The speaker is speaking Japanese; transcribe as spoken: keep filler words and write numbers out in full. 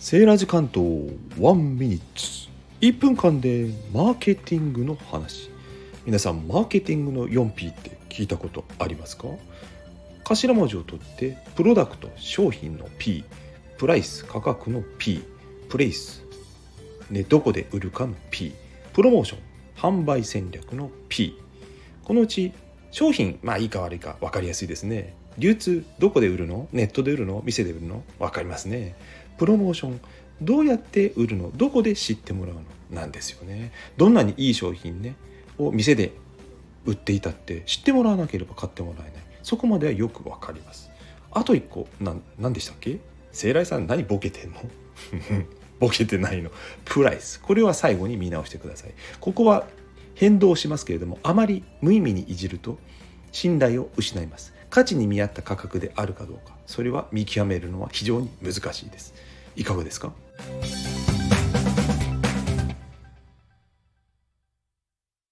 セーラジ関東ワンミニッツいっぷんかんでマーケティングの話。皆さんマーケティングの よんピー って聞いたことありますか？頭文字を取ってプロダクト商品の P、 プライス価格の P、 プレイス、ね、どこで売るかの P、 プロモーション販売戦略の P。 このうち商品、まあいいか悪いか分かりやすいですね。流通、どこで売るの？ネットで売るの？店で売るの？分かりますね。プロモーション、どうやって売るの？どこで知ってもらうの？なんですよね。どんなにいい商品ねを店で売っていたって知ってもらわなければ買ってもらえない。そこまではよく分かります。あと一個、な何でしたっけ？セイライさん何ボケてんの？ボケてないの。プライス、これは最後に見直してください。ここは変動しますけれども、あまり無意味にいじると信頼を失います。価値に見合った価格であるかどうか、それは見極めるのは非常に難しいです。いかがですか？